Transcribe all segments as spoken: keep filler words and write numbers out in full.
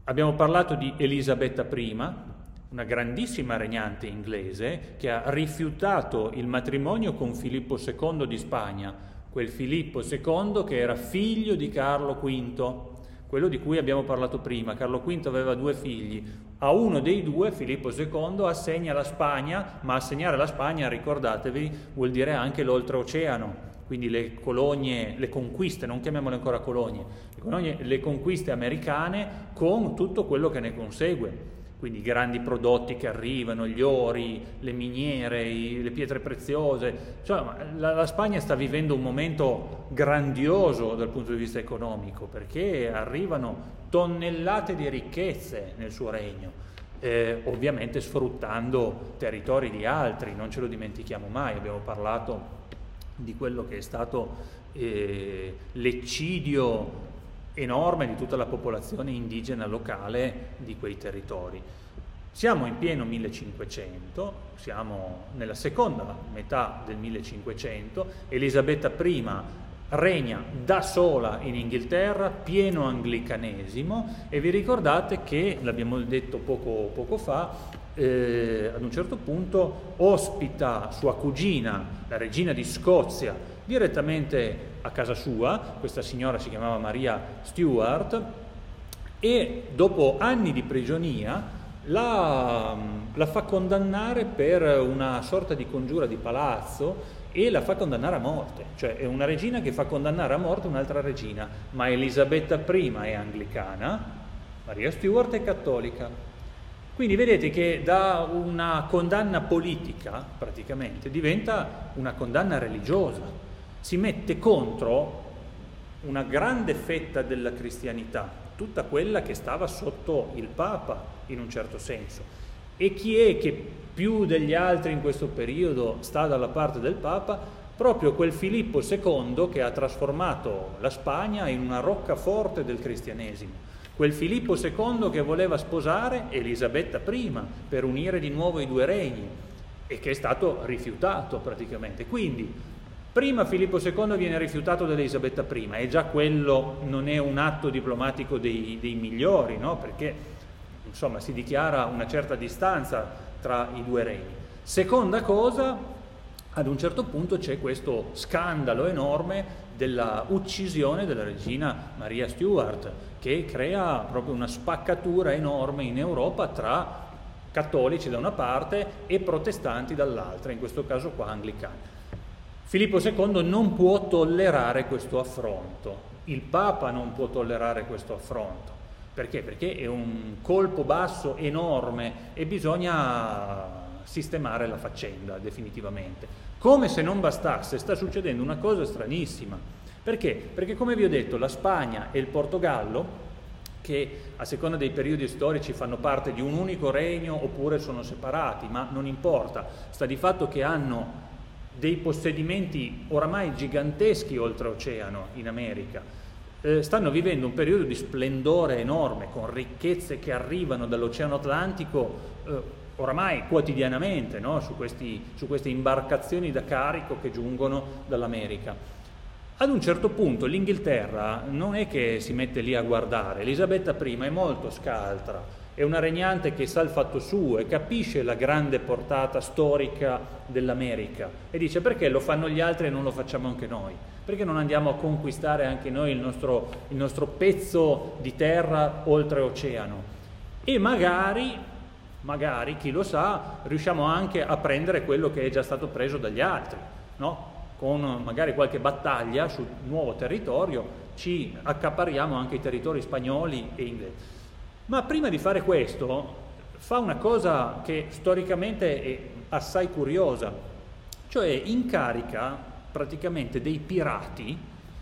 Abbiamo parlato di Elisabetta prima, una grandissima regnante inglese che ha rifiutato il matrimonio con Filippo secondo di Spagna, quel Filippo secondo che era figlio di Carlo quinto, quello di cui abbiamo parlato prima. Carlo quinto aveva due figli, a uno dei due, Filippo secondo, assegna la Spagna, ma assegnare la Spagna, ricordatevi, vuol dire anche l'oltreoceano, quindi le colonie, le conquiste, non chiamiamole ancora colonie, le, colonie, le conquiste americane con tutto quello che ne consegue. Quindi i grandi prodotti che arrivano, gli ori, le miniere, i, le pietre preziose. Cioè, la, la Spagna sta vivendo un momento grandioso dal punto di vista economico, perché arrivano tonnellate di ricchezze nel suo regno, eh, ovviamente sfruttando territori di altri, non ce lo dimentichiamo mai. Abbiamo parlato di quello che è stato eh, l'eccidio enorme di tutta la popolazione indigena locale di quei territori. Siamo in pieno millecinquecento, siamo nella seconda metà del millecinquecento, Elisabetta prima regna da sola in Inghilterra, pieno anglicanesimo, e vi ricordate che, l'abbiamo detto poco, poco fa, eh, ad un certo punto ospita sua cugina, la regina di Scozia, direttamente a casa sua. Questa signora si chiamava Maria Stuart, e dopo anni di prigionia la, la fa condannare per una sorta di congiura di palazzo e la fa condannare a morte. Cioè è una regina che fa condannare a morte un'altra regina, ma Elisabetta prima è anglicana, Maria Stuart è cattolica. Quindi vedete che da una condanna politica praticamente diventa una condanna religiosa, si mette contro una grande fetta della cristianità, tutta quella che stava sotto il Papa in un certo senso. E chi è che più degli altri in questo periodo sta dalla parte del Papa? Proprio quel Filippo secondo che ha trasformato la Spagna in una roccaforte del cristianesimo. Quel Filippo secondo che voleva sposare Elisabetta prima per unire di nuovo i due regni e che è stato rifiutato praticamente. Quindi prima Filippo secondo viene rifiutato da Elisabetta prima, e già quello non è un atto diplomatico dei, dei migliori, no? Perché insomma si dichiara una certa distanza tra i due regni. Seconda cosa, ad un certo punto c'è questo scandalo enorme della uccisione della regina Maria Stuart, che crea proprio una spaccatura enorme in Europa tra cattolici da una parte e protestanti dall'altra, in questo caso qua anglicani. Filippo secondo non può tollerare questo affronto, il Papa non può tollerare questo affronto. Perché? Perché è un colpo basso enorme e bisogna sistemare la faccenda definitivamente. Come se non bastasse, sta succedendo una cosa stranissima. Perché? Perché, come vi ho detto, la Spagna e il Portogallo, che a seconda dei periodi storici fanno parte di un unico regno oppure sono separati, ma non importa, sta di fatto che hanno dei possedimenti oramai giganteschi oltreoceano in America, eh, stanno vivendo un periodo di splendore enorme, con ricchezze che arrivano dall'Oceano Atlantico eh, oramai quotidianamente, no? su, questi, su queste imbarcazioni da carico che giungono dall'America. Ad un certo punto l'Inghilterra non è che si mette lì a guardare. Elisabetta prima è molto scaltra, è una regnante che sa il fatto suo e capisce la grande portata storica dell'America e dice: perché lo fanno gli altri e non lo facciamo anche noi? Perché non andiamo a conquistare anche noi il nostro, il nostro pezzo di terra oltreoceano? E magari, magari, chi lo sa, riusciamo anche a prendere quello che è già stato preso dagli altri, no? Con magari qualche battaglia sul nuovo territorio ci accapariamo anche i territori spagnoli e inglesi. Ma prima di fare questo fa una cosa che storicamente è assai curiosa, cioè incarica praticamente dei pirati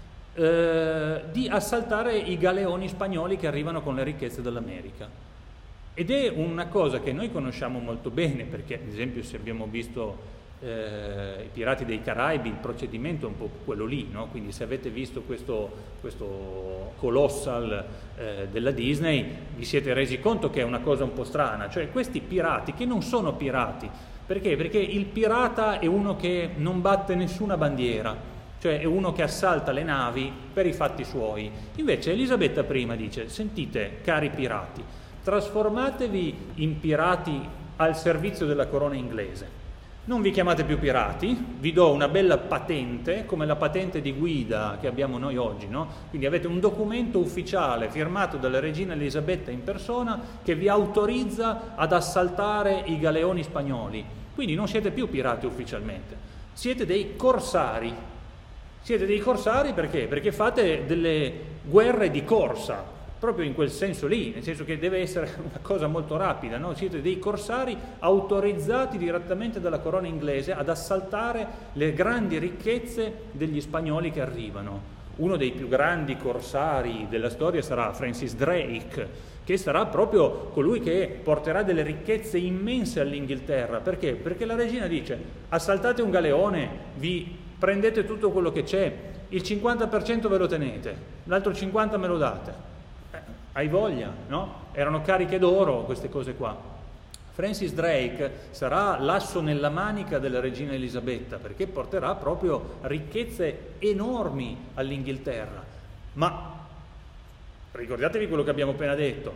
eh, di assaltare i galeoni spagnoli che arrivano con le ricchezze dell'America. Ed è una cosa che noi conosciamo molto bene, perché ad esempio se abbiamo visto Eh, i Pirati dei Caraibi, il procedimento è un po' quello lì, no? Quindi se avete visto questo, questo colossal eh, della Disney vi siete resi conto che è una cosa un po' strana, cioè questi pirati che non sono pirati, perché? Perché il pirata è uno che non batte nessuna bandiera, cioè è uno che assalta le navi per i fatti suoi. Invece Elisabetta prima dice: sentite, cari pirati, trasformatevi in pirati al servizio della corona inglese. Non vi chiamate più pirati, vi do una bella patente, come la patente di guida che abbiamo noi oggi, no? Quindi avete un documento ufficiale firmato dalla regina Elisabetta in persona che vi autorizza ad assaltare i galeoni spagnoli. Quindi non siete più pirati ufficialmente, siete dei corsari. Siete dei corsari perché? Perché fate delle guerre di corsa, proprio in quel senso lì, nel senso che deve essere una cosa molto rapida, no? Siete dei corsari autorizzati direttamente dalla corona inglese ad assaltare le grandi ricchezze degli spagnoli che arrivano. Uno dei più grandi corsari della storia sarà Francis Drake, che sarà proprio colui che porterà delle ricchezze immense all'Inghilterra. Perché? Perché la regina dice: assaltate un galeone, vi prendete tutto quello che c'è, il cinquanta per cento ve lo tenete, l'altro cinquanta per cento me lo date. Hai voglia, no? Erano cariche d'oro queste cose qua. Francis Drake sarà l'asso nella manica della regina Elisabetta, perché porterà proprio ricchezze enormi all'Inghilterra. Ma ricordatevi quello che abbiamo appena detto.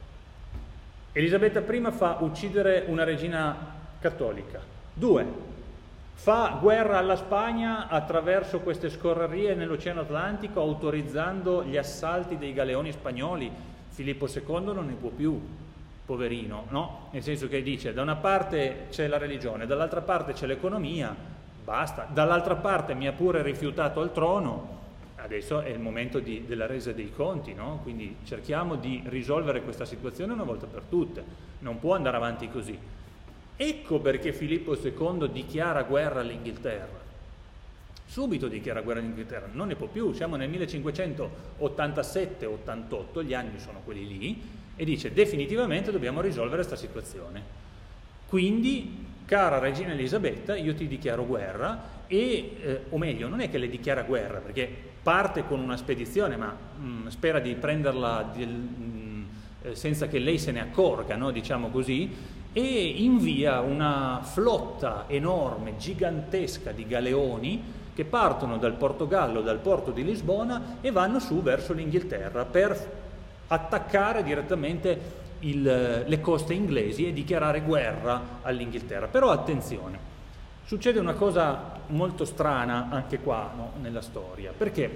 Elisabetta prima fa uccidere una regina cattolica. Due, fa guerra alla Spagna attraverso queste scorrerie nell'Oceano Atlantico, autorizzando gli assalti dei galeoni spagnoli. Filippo secondo non ne può più, poverino, no? Nel senso che dice: da una parte c'è la religione, dall'altra parte c'è l'economia, basta, dall'altra parte mi ha pure rifiutato il trono, adesso è il momento di, della resa dei conti, no? Quindi cerchiamo di risolvere questa situazione una volta per tutte, non può andare avanti così. Ecco perché Filippo secondo dichiara guerra all'Inghilterra. Subito dichiara guerra all'Inghilterra, non ne può più, siamo nel millecinquecentottantasette ottantotto, gli anni sono quelli lì, e dice: definitivamente dobbiamo risolvere questa situazione. Quindi, cara regina Elisabetta, io ti dichiaro guerra, e, eh, o meglio, non è che le dichiara guerra, perché parte con una spedizione, ma mh, spera di prenderla del, mh, eh, senza che lei se ne accorga, no? Diciamo così, e invia una flotta enorme, gigantesca di galeoni che partono dal Portogallo, dal porto di Lisbona, e vanno su verso l'Inghilterra per attaccare direttamente il, le coste inglesi e dichiarare guerra all'Inghilterra. Però attenzione, succede una cosa molto strana anche qua, no, nella storia. Perché?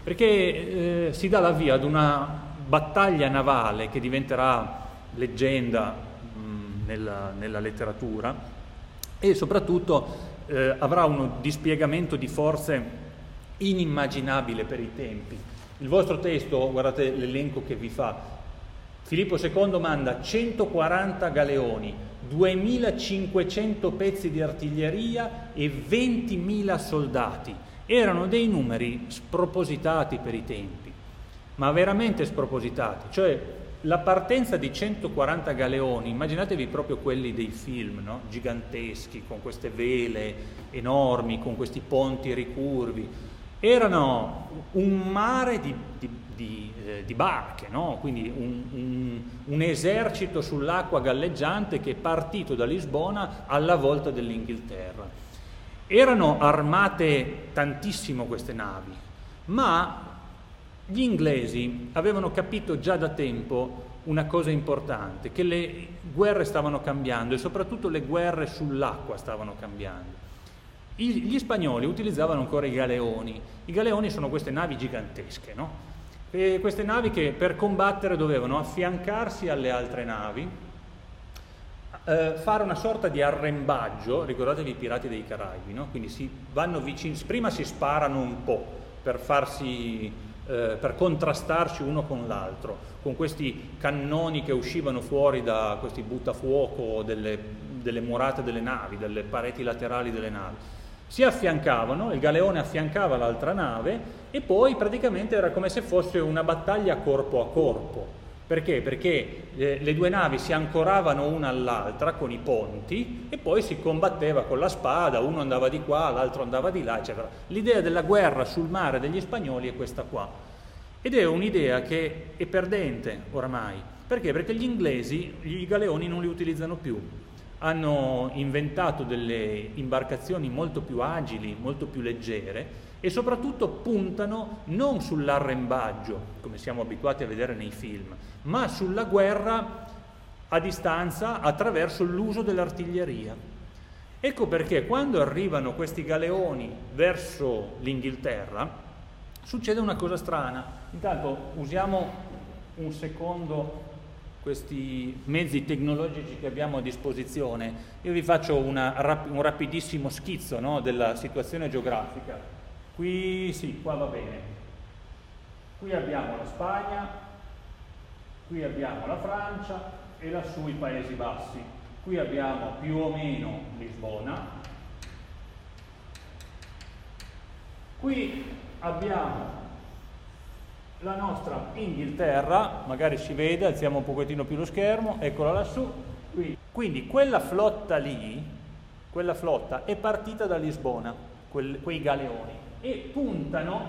Perché eh, si dà l'avvio ad una battaglia navale che diventerà leggenda mh, nella, nella letteratura, e soprattutto eh, avrà uno dispiegamento di forze inimmaginabile per i tempi. Il vostro testo, guardate l'elenco che vi fa: Filippo secondo manda centoquaranta galeoni, duemilacinquecento pezzi di artiglieria e ventimila soldati. Erano dei numeri spropositati per i tempi, ma veramente spropositati. Cioè, la partenza di centoquaranta galeoni, immaginatevi proprio quelli dei film, no? Giganteschi, con queste vele enormi, con questi ponti ricurvi. Erano un mare di, di, di, eh, di barche, no? Quindi un, un, un esercito sull'acqua galleggiante che è partito da Lisbona alla volta dell'Inghilterra. Erano armate tantissimo queste navi, ma gli inglesi avevano capito già da tempo una cosa importante, che le guerre stavano cambiando, e soprattutto le guerre sull'acqua stavano cambiando. I, gli spagnoli utilizzavano ancora i galeoni. I galeoni sono queste navi gigantesche, no? E queste navi che per combattere dovevano affiancarsi alle altre navi, eh, fare una sorta di arrembaggio. Ricordatevi i pirati dei Caraibi, no? Quindi si vanno vicini, prima si sparano un po' per farsi Eh, per contrastarsi uno con l'altro, con questi cannoni che uscivano fuori da questi buttafuoco delle, delle murate delle navi, delle pareti laterali delle navi. Si affiancavano, il galeone affiancava l'altra nave, e poi praticamente era come se fosse una battaglia corpo a corpo. Perché? Perché eh, le due navi si ancoravano una all'altra con i ponti, e poi si combatteva con la spada, uno andava di qua, l'altro andava di là, eccetera. L'idea della guerra sul mare degli spagnoli è questa qua. Ed è un'idea che è perdente oramai. Perché? Perché gli inglesi i galeoni non li utilizzano più. Hanno inventato delle imbarcazioni molto più agili, molto più leggere, e soprattutto puntano non sull'arrembaggio, come siamo abituati a vedere nei film, ma sulla guerra a distanza attraverso l'uso dell'artiglieria. Ecco perché quando arrivano questi galeoni verso l'Inghilterra succede una cosa strana. Intanto usiamo un secondo questi mezzi tecnologici che abbiamo a disposizione. Io vi faccio una, un rapidissimo schizzo, no, della situazione geografica. Qui sì, qua va bene. Qui abbiamo la Spagna, qui abbiamo la Francia e lassù i Paesi Bassi. Qui abbiamo più o meno Lisbona. Qui abbiamo la nostra Inghilterra, magari si vede, alziamo un pochettino più lo schermo, eccola lassù. Qui. Quindi quella flotta lì, quella flotta è partita da Lisbona, quel, quei galeoni, e puntano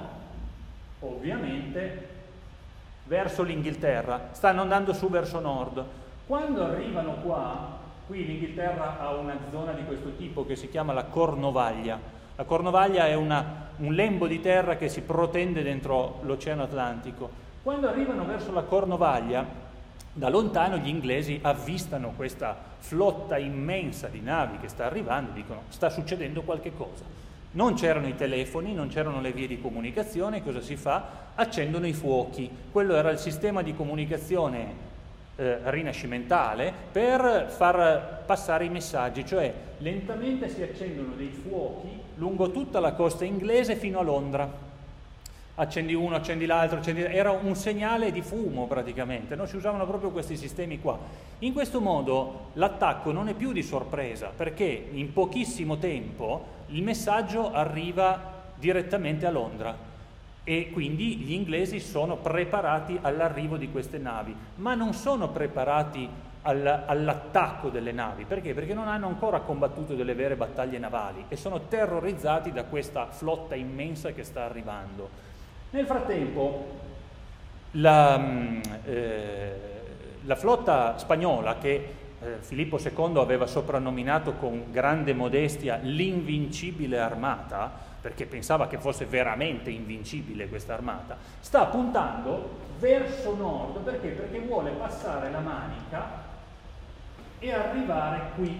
ovviamente verso l'Inghilterra, stanno andando su verso nord. Quando arrivano qua, qui l'Inghilterra ha una zona di questo tipo che si chiama la Cornovaglia. La Cornovaglia è una, un lembo di terra che si protende dentro l'Oceano Atlantico. Quando arrivano verso la Cornovaglia, da lontano gli inglesi avvistano questa flotta immensa di navi che sta arrivando e dicono: sta succedendo qualche cosa. Non c'erano i telefoni, non c'erano le vie di comunicazione, cosa si fa? Accendono i fuochi. Quello era il sistema di comunicazione eh, rinascimentale per far passare i messaggi, cioè lentamente si accendono dei fuochi lungo tutta la costa inglese fino a Londra. Accendi uno, accendi l'altro, accendi... era un segnale di fumo praticamente, no? Si usavano proprio questi sistemi qua. In questo modo l'attacco non è più di sorpresa, perché in pochissimo tempo il messaggio arriva direttamente a Londra e quindi gli inglesi sono preparati all'arrivo di queste navi, ma non sono preparati all'attacco delle navi. Perché? Perché non hanno ancora combattuto delle vere battaglie navali e sono terrorizzati da questa flotta immensa che sta arrivando. Nel frattempo la, eh, la flotta spagnola, che eh, Filippo secondo aveva soprannominato con grande modestia l'invincibile armata, perché pensava che fosse veramente invincibile questa armata, sta puntando verso nord. Perché? Perché vuole passare la Manica e arrivare qui.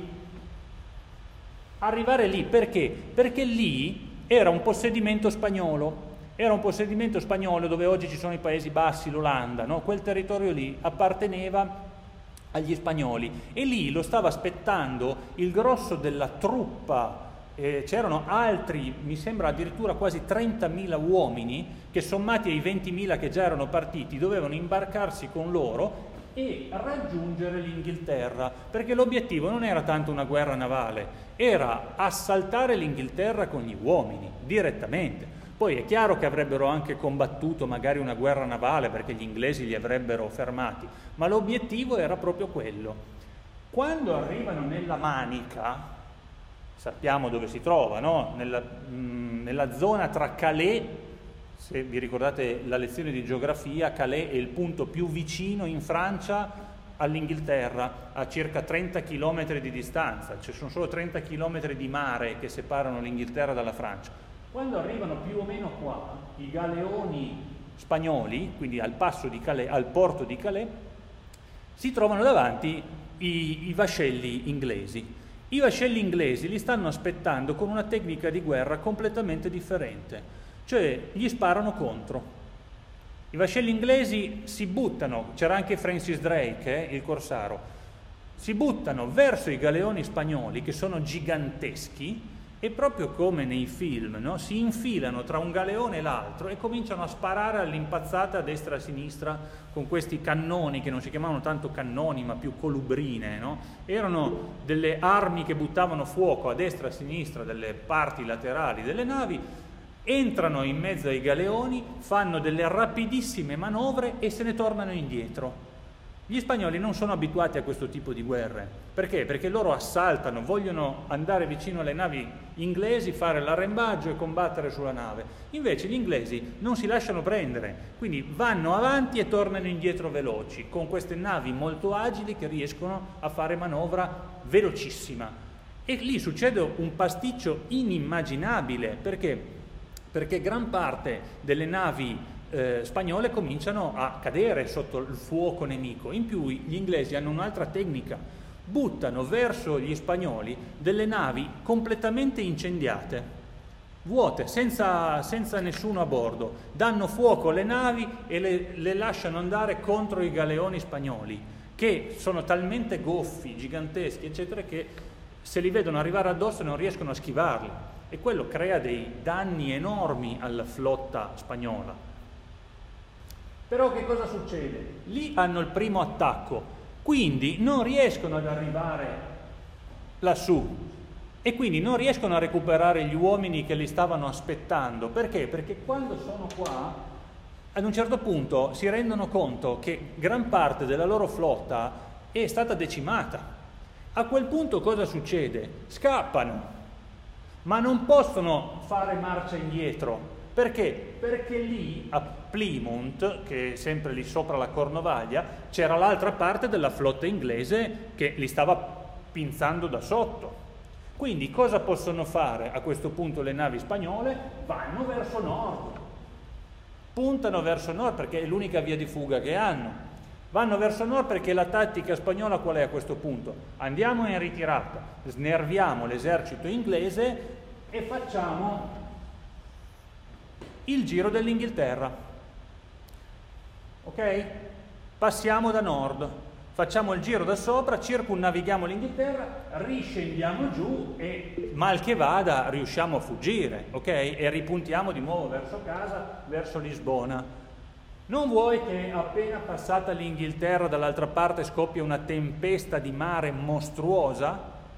Arrivare lì, perché? Perché lì era un possedimento spagnolo. Era un possedimento spagnolo dove oggi ci sono i Paesi Bassi, l'Olanda, no? Quel territorio lì apparteneva agli spagnoli e lì lo stava aspettando il grosso della truppa. Eh, c'erano altri, mi sembra addirittura quasi trentamila uomini che, sommati ai ventimila che già erano partiti, dovevano imbarcarsi con loro e raggiungere l'Inghilterra, perché l'obiettivo non era tanto una guerra navale, era assaltare l'Inghilterra con gli uomini direttamente. Poi è chiaro che avrebbero anche combattuto magari una guerra navale perché gli inglesi li avrebbero fermati, ma l'obiettivo era proprio quello. Quando arrivano nella Manica, sappiamo dove si trova, no? Nella, mh, nella zona tra Calais, se vi ricordate la lezione di geografia, Calais è il punto più vicino in Francia all'Inghilterra, a circa trenta chilometri di distanza, ci sono solo trenta chilometri di mare che separano l'Inghilterra dalla Francia. Quando arrivano più o meno qua, i galeoni spagnoli, quindi al passo di Calais, al porto di Calais, si trovano davanti i, i vascelli inglesi. I vascelli inglesi li stanno aspettando con una tecnica di guerra completamente differente, cioè gli sparano contro. I vascelli inglesi si buttano, c'era anche Francis Drake, eh, il corsaro, si buttano verso i galeoni spagnoli che sono giganteschi, e proprio come nei film, no? Si infilano tra un galeone e l'altro e cominciano a sparare all'impazzata a destra e a sinistra con questi cannoni che non si chiamavano tanto cannoni ma più colubrine, no? Erano delle armi che buttavano fuoco a destra e a sinistra delle parti laterali delle navi, entrano in mezzo ai galeoni, fanno delle rapidissime manovre e se ne tornano indietro. Gli spagnoli non sono abituati a questo tipo di guerre. Perché? Perché loro assaltano, vogliono andare vicino alle navi inglesi, fare l'arrembaggio e combattere sulla nave. Invece gli inglesi non si lasciano prendere, quindi vanno avanti e tornano indietro veloci, con queste navi molto agili che riescono a fare manovra velocissima. E lì succede un pasticcio inimmaginabile, perché perché gran parte delle navi eh, spagnole cominciano a cadere sotto il fuoco nemico. In più gli inglesi hanno un'altra tecnica, buttano verso gli spagnoli delle navi completamente incendiate, vuote, senza, senza nessuno a bordo, danno fuoco alle navi e le, le lasciano andare contro i galeoni spagnoli, che sono talmente goffi, giganteschi, eccetera, che se li vedono arrivare addosso non riescono a schivarli, e quello crea dei danni enormi alla flotta spagnola. Però che cosa succede? Lì hanno il primo attacco, quindi non riescono ad arrivare lassù, e quindi non riescono a recuperare gli uomini che li stavano aspettando. Perché? Perché quando sono qua, ad un certo punto si rendono conto che gran parte della loro flotta è stata decimata. A quel punto cosa succede? Scappano, ma non possono fare marcia indietro. Perché? Perché lì a Plymouth, che è sempre lì sopra la Cornovaglia, c'era l'altra parte della flotta inglese che li stava pinzando da sotto. Quindi cosa possono fare a questo punto le navi spagnole? Vanno verso nord, puntano verso nord perché è l'unica via di fuga che hanno. Vanno verso nord perché la tattica spagnola qual è a questo punto? Andiamo in ritirata, snerviamo l'esercito inglese e facciamo il giro dell'Inghilterra. Ok? Passiamo da nord. Facciamo il giro da sopra, circumnavighiamo l'Inghilterra, riscendiamo giù e mal che vada riusciamo a fuggire, ok? E ripuntiamo di nuovo verso casa, verso Lisbona. Non vuoi che appena passata l'Inghilterra dall'altra parte scoppia una tempesta di mare mostruosa?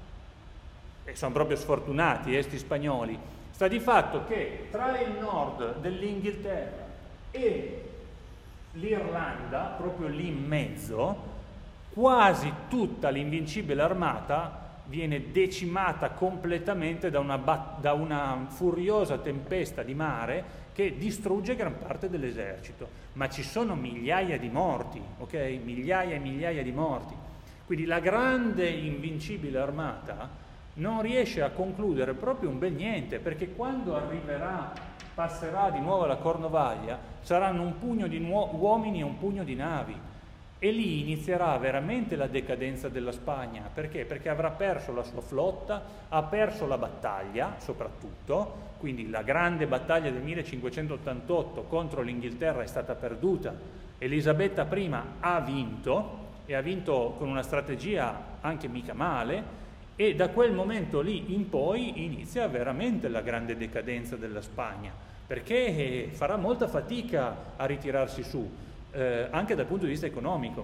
E sono proprio sfortunati, eh, sti spagnoli. Sta di fatto che tra il nord dell'Inghilterra e l'Irlanda, proprio lì in mezzo, quasi tutta l'invincibile armata viene decimata completamente da una, da una furiosa tempesta di mare che distrugge gran parte dell'esercito. Ma ci sono migliaia di morti, ok? Migliaia e migliaia di morti. Quindi la grande invincibile armata non riesce a concludere proprio un bel niente, perché quando arriverà, passerà di nuovo la Cornovaglia, saranno un pugno di uomini e un pugno di navi. E lì inizierà veramente la decadenza della Spagna. Perché? Perché avrà perso la sua flotta, ha perso la battaglia soprattutto, quindi la grande battaglia del millecinquecentottantotto contro l'Inghilterra è stata perduta, Elisabetta prima ha vinto, e ha vinto con una strategia anche mica male, e da quel momento lì in poi inizia veramente la grande decadenza della Spagna, perché farà molta fatica a ritirarsi su. Eh, anche dal punto di vista economico.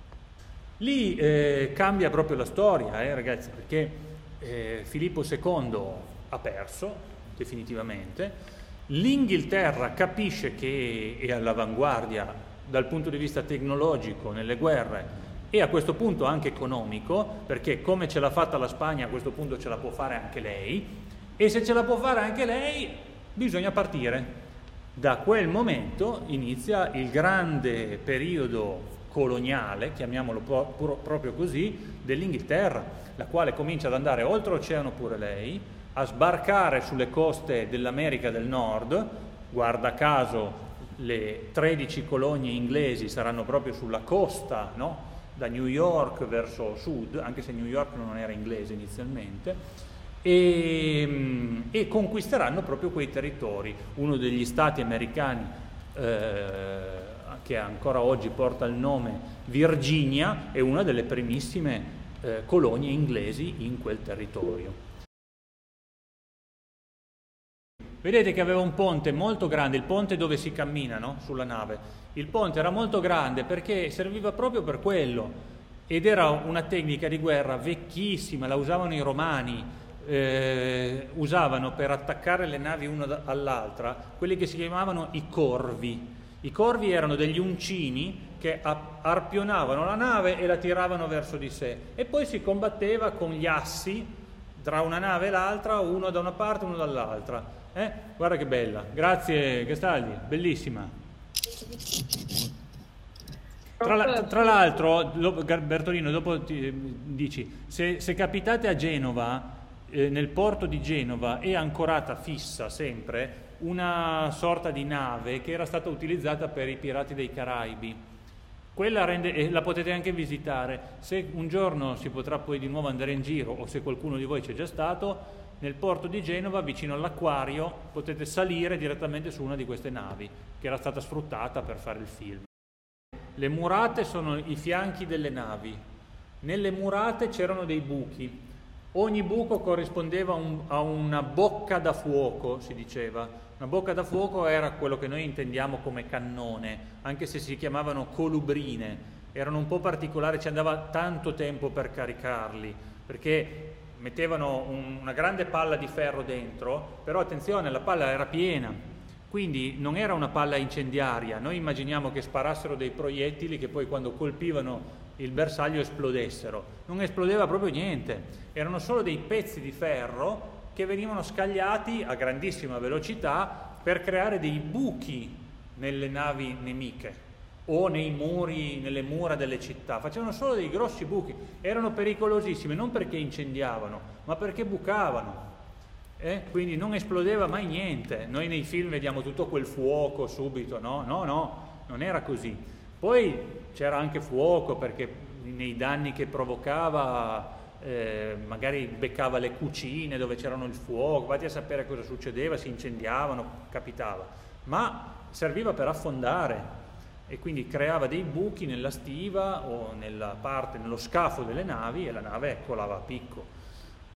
Lì eh, cambia proprio la storia, eh, ragazzi, perché eh, Filippo secondo ha perso definitivamente, l'Inghilterra capisce che è all'avanguardia dal punto di vista tecnologico nelle guerre e a questo punto anche economico, perché come ce l'ha fatta la Spagna a questo punto ce la può fare anche lei, e se ce la può fare anche lei bisogna partire. Da quel momento inizia il grande periodo coloniale, chiamiamolo pro proprio così, dell'Inghilterra, la quale comincia ad andare oltreoceano pure lei, a sbarcare sulle coste dell'America del Nord. Guarda caso le tredici colonie inglesi saranno proprio sulla costa, no? Da New York verso sud, anche se New York non era inglese inizialmente. E, e conquisteranno proprio quei territori. Uno degli stati americani eh, che ancora oggi porta il nome Virginia è una delle primissime eh, colonie inglesi in quel territorio. Vedete che aveva un ponte molto grande, il ponte dove si cammina, no? Sulla nave. Il ponte era molto grande perché serviva proprio per quello, ed era una tecnica di guerra vecchissima, la usavano i romani. Eh, usavano per attaccare le navi una all'altra quelli che si chiamavano i corvi. I corvi erano degli uncini che arpionavano la nave e la tiravano verso di sé, e poi si combatteva con gli assi tra una nave e l'altra, uno da una parte e uno dall'altra. Eh? Guarda che bella, grazie Gastaldi, bellissima. Tra, tra l'altro, Bertolino, dopo ti dici, se, se capitate a Genova, eh, nel porto di Genova è ancorata fissa sempre una sorta di nave che era stata utilizzata per i pirati dei Caraibi. Quella rende, e la potete anche visitare. Se un giorno si potrà poi di nuovo andare in giro, o se qualcuno di voi c'è già stato, nel porto di Genova, vicino all'acquario, potete salire direttamente su una di queste navi, che era stata sfruttata per fare il film. Le murate sono i fianchi delle navi. Nelle murate c'erano dei buchi. Ogni buco corrispondeva un, a una bocca da fuoco, si diceva. Una bocca da fuoco era quello che noi intendiamo come cannone, anche se si chiamavano colubrine. Erano un po' particolari, ci andava tanto tempo per caricarli, perché mettevano un, una grande palla di ferro dentro, però attenzione, la palla era piena, quindi non era una palla incendiaria. Noi immaginiamo che sparassero dei proiettili che poi quando colpivano il bersaglio esplodessero. Non esplodeva proprio niente, erano solo dei pezzi di ferro che venivano scagliati a grandissima velocità per creare dei buchi nelle navi nemiche o nei muri, nelle mura delle città. Facevano solo dei grossi buchi, erano pericolosissimi non perché incendiavano, ma perché bucavano. Eh? Quindi non esplodeva mai niente. Noi nei film vediamo tutto quel fuoco subito, no? No, no, non era così. Poi c'era anche fuoco perché nei danni che provocava eh, magari beccava le cucine dove c'erano il fuoco, vatti a sapere cosa succedeva, si incendiavano, capitava, ma serviva per affondare e quindi creava dei buchi nella stiva o nella parte, nello scafo delle navi e la nave colava a picco.